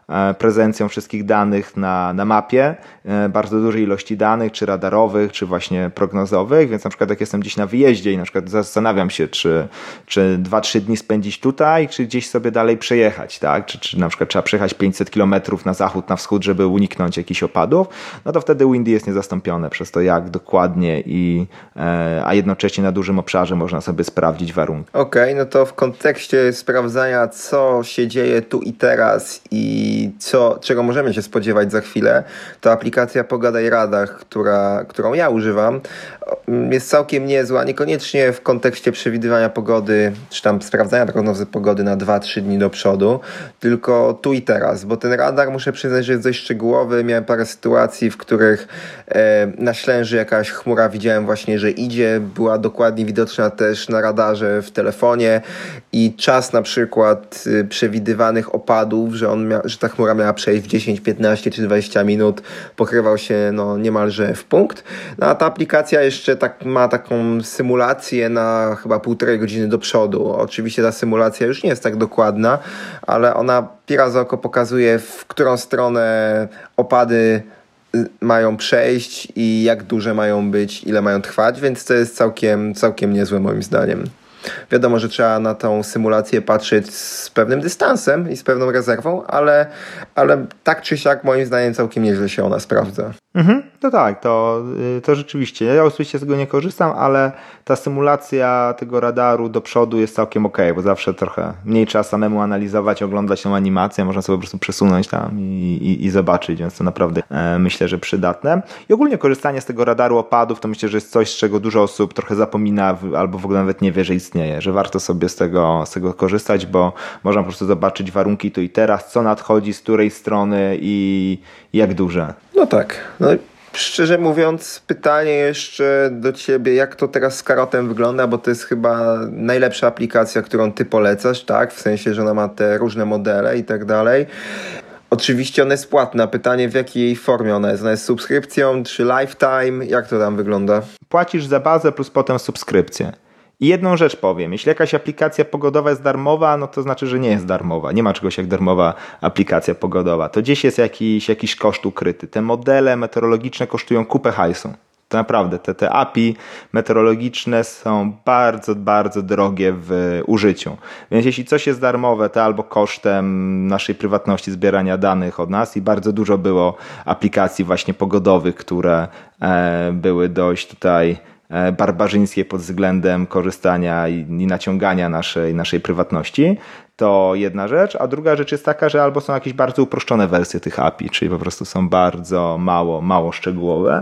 prezencją wszystkich danych na, na mapie, bardzo dużej ilości danych, czy radarowych, czy właśnie prognozowych, więc na przykład jak jestem gdzieś na wyjeździe i na przykład zastanawiam się, czy, czy dwa trzy dni spędzić tutaj, czy gdzieś sobie dalej przejechać, tak? Czy, czy na przykład trzeba przejechać pięćset kilometrów na zachód, na wschód, żeby uniknąć jakichś opadów, no to wtedy Windy jest niezastąpione przez to, jak dokładnie i e, a jednocześnie na dużym obszarze można sobie sprawdzić warunki. Okej, okay, no to w kontekście sprawdzania, co się dzieje tu i teraz i co, czego możemy się spodziewać za chwilę, to aplikacja Pogadaj Radar, która, którą ja używam, jest całkiem niezła, niekoniecznie w kontekście przewidywania pogody, czy tam sprawdzania prognozy pogody na dwa trzy dni do przodu, tylko tu i teraz, bo ten radar, muszę przyznać, że jest dość szczegółowy. Miałem parę sytuacji, w których e, na Ślęży jakaś chmura widziałem właśnie, że idzie, była dokładnie widoczna też na radarze w telefonie i czas na przykład y, przewidywanych opadów, że, on mia- że ta chmura miała przejść w dziesięć, piętnaście czy dwadzieścia minut, pokrywał się no, niemalże w punkt. No, a ta aplikacja jeszcze tak, ma taką symulację na chyba półtorej godziny do przodu. Oczywiście ta symulacja już nie jest tak dokładna, ale ona pira za oko pokazuje, w którą stronę opady mają przejść i jak duże mają być, ile mają trwać, więc to jest całkiem, całkiem niezłe moim zdaniem. Wiadomo, że trzeba na tą symulację patrzeć z pewnym dystansem i z pewną rezerwą, ale, ale tak czy siak moim zdaniem całkiem nieźle się ona sprawdza. Mhm, to tak, to, to rzeczywiście. Ja oczywiście z tego nie korzystam, ale ta symulacja tego radaru do przodu jest całkiem okej, bo zawsze trochę mniej trzeba samemu analizować, oglądać tą animację, można sobie po prostu przesunąć tam i, i, i zobaczyć, więc to naprawdę e, myślę, że przydatne. I ogólnie korzystanie z tego radaru opadów to myślę, że jest coś, z czego dużo osób trochę zapomina w, albo w ogóle nawet nie wie, że istnieje, że warto sobie z tego, z tego korzystać, bo można po prostu zobaczyć warunki tu i teraz, co nadchodzi, z której strony i jak duże. No tak, no szczerze mówiąc, pytanie jeszcze do ciebie, jak to teraz z Karotem wygląda, bo to jest chyba najlepsza aplikacja, którą ty polecasz, tak? W sensie, że ona ma te różne modele i tak dalej. Oczywiście ona jest płatna. Pytanie, w jakiej formie ona jest? Ona jest subskrypcją czy lifetime? Jak to tam wygląda? Płacisz za bazę plus potem subskrypcję. I jedną rzecz powiem, jeśli jakaś aplikacja pogodowa jest darmowa, no to znaczy, że nie jest darmowa. Nie ma czegoś jak darmowa aplikacja pogodowa. To gdzieś jest jakiś, jakiś koszt ukryty. Te modele meteorologiczne kosztują kupę hajsu. To naprawdę, te, te A P I meteorologiczne są bardzo, bardzo drogie w użyciu. Więc jeśli coś jest darmowe, to albo kosztem naszej prywatności zbierania danych od nas i bardzo dużo było aplikacji właśnie pogodowych, które e, były dość tutaj barbarzyńskie pod względem korzystania i, i naciągania naszej, naszej prywatności, to jedna rzecz, a druga rzecz jest taka, że albo są jakieś bardzo uproszczone wersje tych A P I, czyli po prostu są bardzo mało, mało szczegółowe,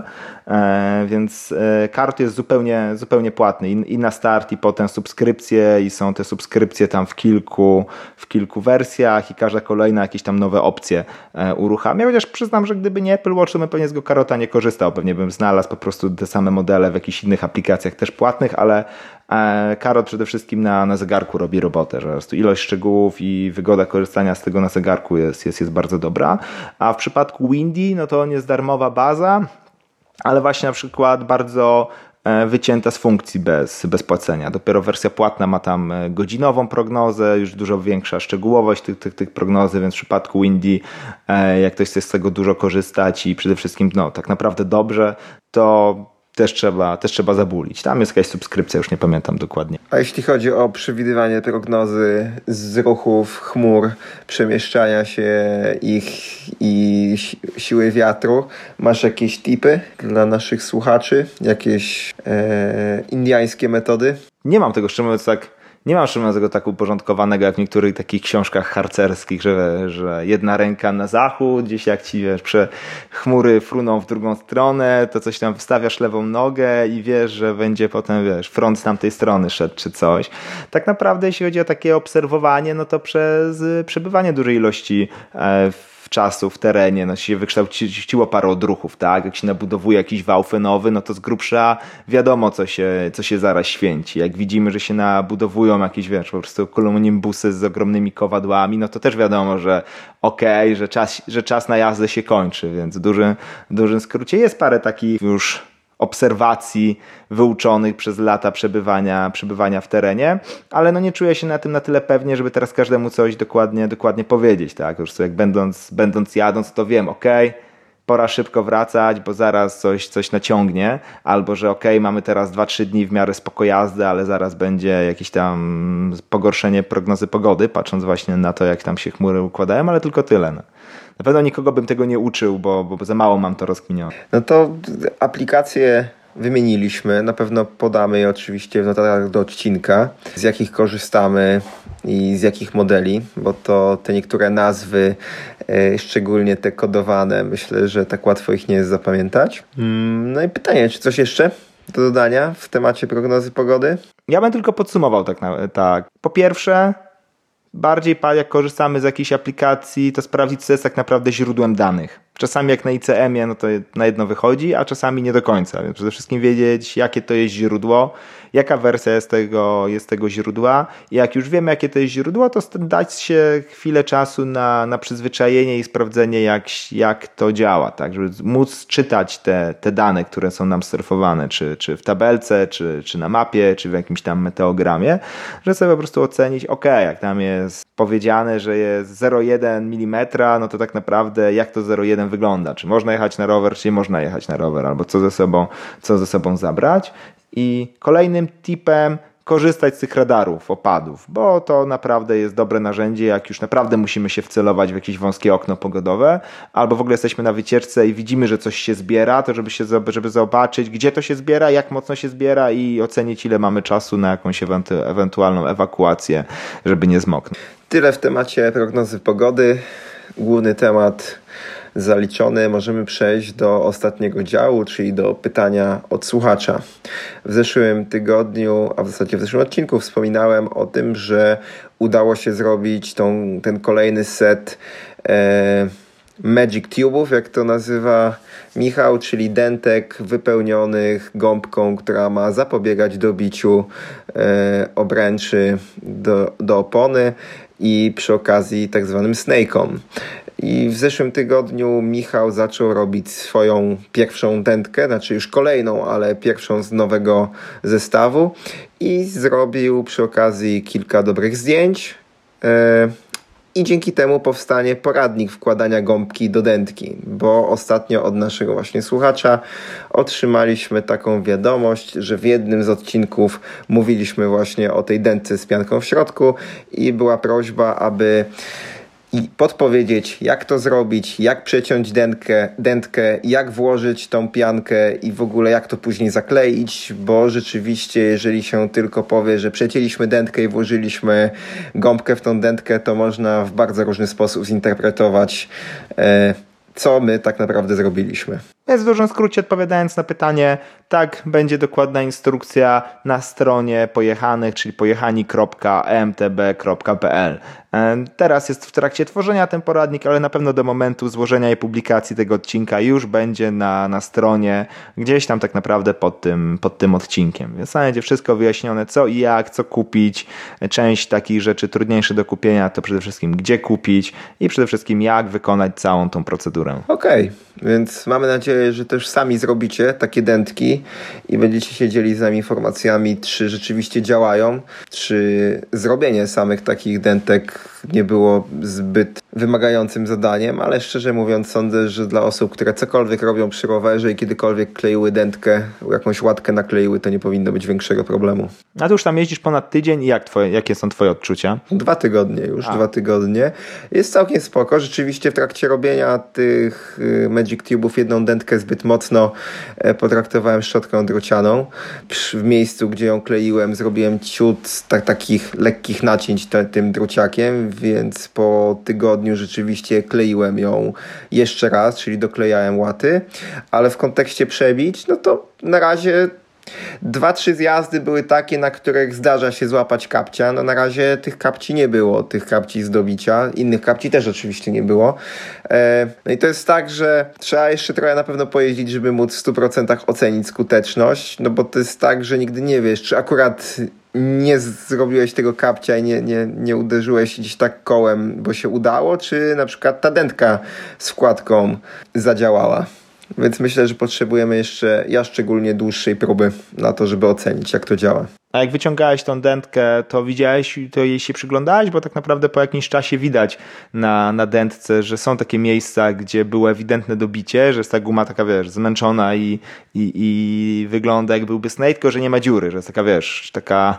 e, więc e, kart jest zupełnie, zupełnie płatny I, i na start, i potem subskrypcje i są te subskrypcje tam w kilku, w kilku wersjach i każda kolejna jakieś tam nowe opcje e, uruchamia, chociaż przyznam, że gdyby nie Apple Watch, to bym pewnie z go Karota nie korzystał, pewnie bym znalazł po prostu te same modele w jakichś innych aplikacjach też płatnych, ale Karot przede wszystkim na, na zegarku robi robotę, że po prostu ilość szczegółów i wygoda korzystania z tego na zegarku jest, jest, jest bardzo dobra. A w przypadku Windy, no to on jest darmowa baza, ale właśnie na przykład bardzo wycięta z funkcji bez, bez płacenia. Dopiero wersja płatna ma tam godzinową prognozę, już dużo większa szczegółowość tych, tych, tych prognozy, więc w przypadku Windy, jak ktoś chce z tego dużo korzystać i przede wszystkim no, tak naprawdę dobrze, to Też trzeba, też trzeba zabulić. Tam jest jakaś subskrypcja, już nie pamiętam dokładnie. A jeśli chodzi o przewidywanie prognozy z ruchów chmur, przemieszczania się ich i siły wiatru, masz jakieś tipy dla naszych słuchaczy? Jakieś e, indyjskie metody? Nie mam tego, szczerze mówiąc, tak. Nie mam szczerze tego tak uporządkowanego jak w niektórych takich książkach harcerskich, że, że jedna ręka na zachód, gdzieś jak ci wiesz, prze, chmury fruną w drugą stronę, to coś tam wstawiasz lewą nogę i wiesz, że będzie potem wiesz, front z tamtej strony szedł czy coś. Tak naprawdę jeśli chodzi o takie obserwowanie, no to przez przebywanie dużej ilości e, w czasu w terenie, no się wykształciło parę odruchów, tak? Jak się nabudowuje jakiś wał fenowy, no to z grubsza wiadomo, co się, co się zaraz święci. Jak widzimy, że się nabudowują jakieś, wiesz, po prostu kolumnimbusy z ogromnymi kowadłami, no to też wiadomo, że okej, okay, że czas, że czas na jazdę się kończy, więc w dużym, w dużym skrócie jest parę takich już obserwacji wyuczonych przez lata przebywania, przebywania w terenie, ale no nie czuję się na tym na tyle pewnie, żeby teraz każdemu coś dokładnie, dokładnie powiedzieć, tak? Po prostu jak będąc, będąc jadąc, to wiem, okej, okay, pora szybko wracać, bo zaraz coś, coś naciągnie, albo że okej, okay, mamy teraz dwa trzy dni w miarę spoko jazdy, ale zaraz będzie jakieś tam pogorszenie prognozy pogody, patrząc właśnie na to, jak tam się chmury układają, ale tylko tyle. No. Na pewno nikogo bym tego nie uczył, bo, bo za mało mam to rozkminione. No to aplikacje wymieniliśmy, na pewno podamy je oczywiście w notatkach do odcinka, z jakich korzystamy i z jakich modeli, bo to te niektóre nazwy, e, szczególnie te kodowane, myślę, że tak łatwo ich nie jest zapamiętać. Mm, no i pytanie, czy coś jeszcze do dodania w temacie prognozy pogody? Ja bym tylko podsumował tak. Na, tak. Po pierwsze, bardziej jak korzystamy z jakiejś aplikacji, to sprawdzić, co jest tak naprawdę źródłem danych. Czasami jak na I C M ie, no to na jedno wychodzi, a czasami nie do końca. Więc przede wszystkim wiedzieć, jakie to jest źródło, jaka wersja jest tego, jest tego źródła. I jak już wiemy, jakie to jest źródło, to dać się chwilę czasu na, na przyzwyczajenie i sprawdzenie, jak, jak to działa, tak, żeby móc czytać te, te dane, które są nam surfowane, czy, czy w tabelce, czy, czy na mapie, czy w jakimś tam meteogramie, że sobie po prostu ocenić, ok, jak tam jest powiedziane, że jest zero przecinek jeden milimetra, no to tak naprawdę jak to zero przecinek jeden wygląda, czy można jechać na rower, czy nie można jechać na rower, albo co ze sobą, co ze sobą zabrać. I kolejnym tipem, korzystać z tych radarów, opadów, bo to naprawdę jest dobre narzędzie, jak już naprawdę musimy się wcelować w jakieś wąskie okno pogodowe, albo w ogóle jesteśmy na wycieczce i widzimy, że coś się zbiera, to żeby, się, żeby zobaczyć, gdzie to się zbiera, jak mocno się zbiera i ocenić, ile mamy czasu na jakąś ewentu- ewentualną ewakuację, żeby nie zmoknąć. Tyle w temacie prognozy pogody. Główny temat zaliczony. Możemy przejść do ostatniego działu, czyli do pytania od słuchacza. W zeszłym tygodniu, a w zasadzie w zeszłym odcinku wspominałem o tym, że udało się zrobić tą, ten kolejny set e, Magic Tube'ów, jak to nazywa Michał, czyli dentek wypełnionych gąbką, która ma zapobiegać dobiciu e, obręczy do, do opony i przy okazji tak zwanym snake'om. I w zeszłym tygodniu Michał zaczął robić swoją pierwszą dętkę, znaczy już kolejną, ale pierwszą z nowego zestawu i zrobił przy okazji kilka dobrych zdjęć yy, i dzięki temu powstanie poradnik wkładania gąbki do dętki, bo ostatnio od naszego właśnie słuchacza otrzymaliśmy taką wiadomość, że w jednym z odcinków mówiliśmy właśnie o tej dętce z pianką w środku i była prośba, aby i podpowiedzieć, jak to zrobić, jak przeciąć dętkę, dętkę, jak włożyć tą piankę i w ogóle jak to później zakleić, bo rzeczywiście jeżeli się tylko powie, że przecięliśmy dętkę i włożyliśmy gąbkę w tą dętkę, to można w bardzo różny sposób zinterpretować, e, co my tak naprawdę zrobiliśmy. Więc w dużym skrócie odpowiadając na pytanie, tak, będzie dokładna instrukcja na stronie pojechanych, czyli pojechani kropka e m t b kropka p l. Teraz jest w trakcie tworzenia ten poradnik, ale na pewno do momentu złożenia i publikacji tego odcinka już będzie na, na stronie, gdzieś tam tak naprawdę pod tym, pod tym odcinkiem. Więc będzie wszystko wyjaśnione, co i jak, co kupić. Część takich rzeczy trudniejszych do kupienia to przede wszystkim gdzie kupić i przede wszystkim jak wykonać całą tą procedurę. Okej, okay, więc mamy nadzieję, że też sami zrobicie takie dętki i będziecie się dzielić z nami informacjami, czy rzeczywiście działają, czy zrobienie samych takich dętek nie było zbyt wymagającym zadaniem, ale szczerze mówiąc sądzę, że dla osób, które cokolwiek robią przy rowerze i kiedykolwiek kleiły dętkę, jakąś łatkę nakleiły, to nie powinno być większego problemu. A ty już tam jeździsz ponad tydzień i jak twoje, jakie są twoje odczucia? Dwa tygodnie już, A. dwa tygodnie. Jest całkiem spoko. Rzeczywiście w trakcie robienia tych Magic Tube'ów jedną dętkę zbyt mocno potraktowałem szczotką drucianą. W miejscu, gdzie ją kleiłem, zrobiłem ciut tak, takich lekkich nacięć t- tym druciakiem, więc po tygodniu rzeczywiście kleiłem ją jeszcze raz, czyli doklejałem łaty, ale w kontekście przebić, no to na razie Dwa, trzy zjazdy były takie, na których zdarza się złapać kapcia. No na razie tych kapci nie było, tych kapci z dobicia. Innych kapci też oczywiście nie było. E, no i to jest tak, że trzeba jeszcze trochę na pewno pojeździć, żeby móc w stu procentach ocenić skuteczność. No bo to jest tak, że nigdy nie wiesz, czy akurat nie zrobiłeś tego kapcia i nie, nie, nie uderzyłeś gdzieś tak kołem, bo się udało, czy na przykład ta dętka z wkładką zadziałała. Więc myślę, że potrzebujemy jeszcze, ja szczególnie dłuższej próby na to, żeby ocenić, jak to działa. A jak wyciągałeś tą dętkę, to widziałeś, to jej się przyglądałeś? Bo tak naprawdę po jakimś czasie widać na, na dętce, że są takie miejsca, gdzie było ewidentne dobicie, że jest ta guma taka, wiesz, zmęczona i, i, i wygląda jak byłby Snake, tylko że nie ma dziury, że jest taka, wiesz, taka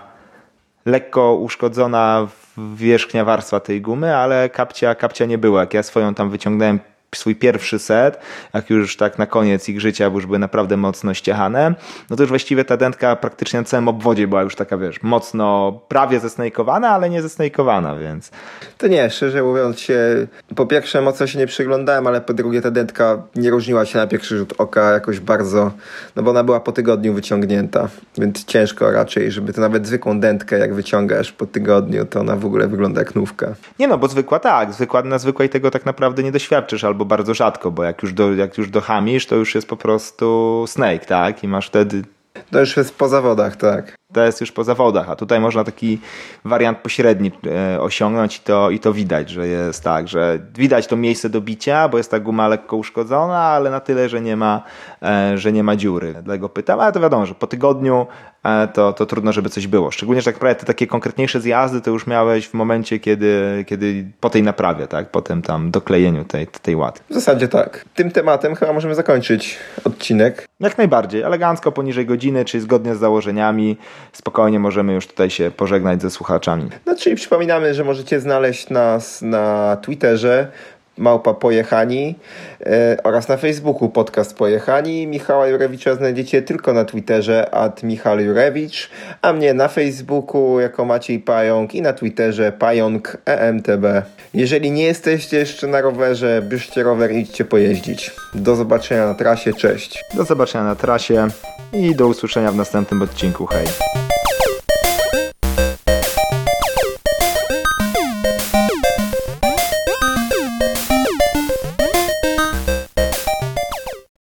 lekko uszkodzona wierzchnia warstwa tej gumy, ale kapcia, kapcia nie była. Jak ja swoją tam wyciągnąłem swój pierwszy set, jak już tak na koniec ich życia, bo już były naprawdę mocno ściechane, no to już właściwie ta dętka praktycznie na całym obwodzie była już taka, wiesz, mocno prawie zesnejkowana, ale nie zesnejkowana, więc... To nie, szczerze mówiąc się, po pierwsze mocno się nie przyglądałem, ale po drugie ta dętka nie różniła się na pierwszy rzut oka jakoś bardzo, no bo ona była po tygodniu wyciągnięta, więc ciężko raczej, żeby to nawet zwykłą dętkę jak wyciągasz po tygodniu, to ona w ogóle wygląda jak nówka. Nie no, bo zwykła tak, zwykła, na zwykłej tego tak naprawdę nie doświadczysz, albo bardzo rzadko, bo jak już, do, jak już dochamisz, to już jest po prostu Snake, tak? I masz wtedy... To już jest po zawodach, tak. To jest już po zawodach, a tutaj można taki wariant pośredni e, osiągnąć i to, i to widać, że jest tak, że widać to miejsce do bicia, bo jest ta guma lekko uszkodzona, ale na tyle, że nie ma, e, że nie ma dziury. Dlatego pytam, ale to wiadomo, że po tygodniu e, to, to trudno, żeby coś było. Szczególnie, że tak naprawdę te takie konkretniejsze zjazdy to już miałeś w momencie, kiedy, kiedy po tej naprawie, tak, po tym tam doklejeniu tej, tej łaty. W zasadzie tak. Tym tematem chyba możemy zakończyć odcinek. Jak najbardziej, elegancko poniżej godziny, czyli zgodnie z założeniami. Spokojnie możemy już tutaj się pożegnać ze słuchaczami. No czyli przypominamy, że możecie znaleźć nas na Twitterze Małpa Pojechani e, oraz na Facebooku podcast Pojechani. Michała Jurewicza znajdziecie tylko na Twitterze at Michał Jurewicz, a mnie na Facebooku jako Maciej Pająk i na Twitterze Pająk E M T B. Jeżeli nie jesteście jeszcze na rowerze, bierzcie rower i idźcie pojeździć. Do zobaczenia na trasie, cześć. Do zobaczenia na trasie i do usłyszenia w następnym odcinku, hej.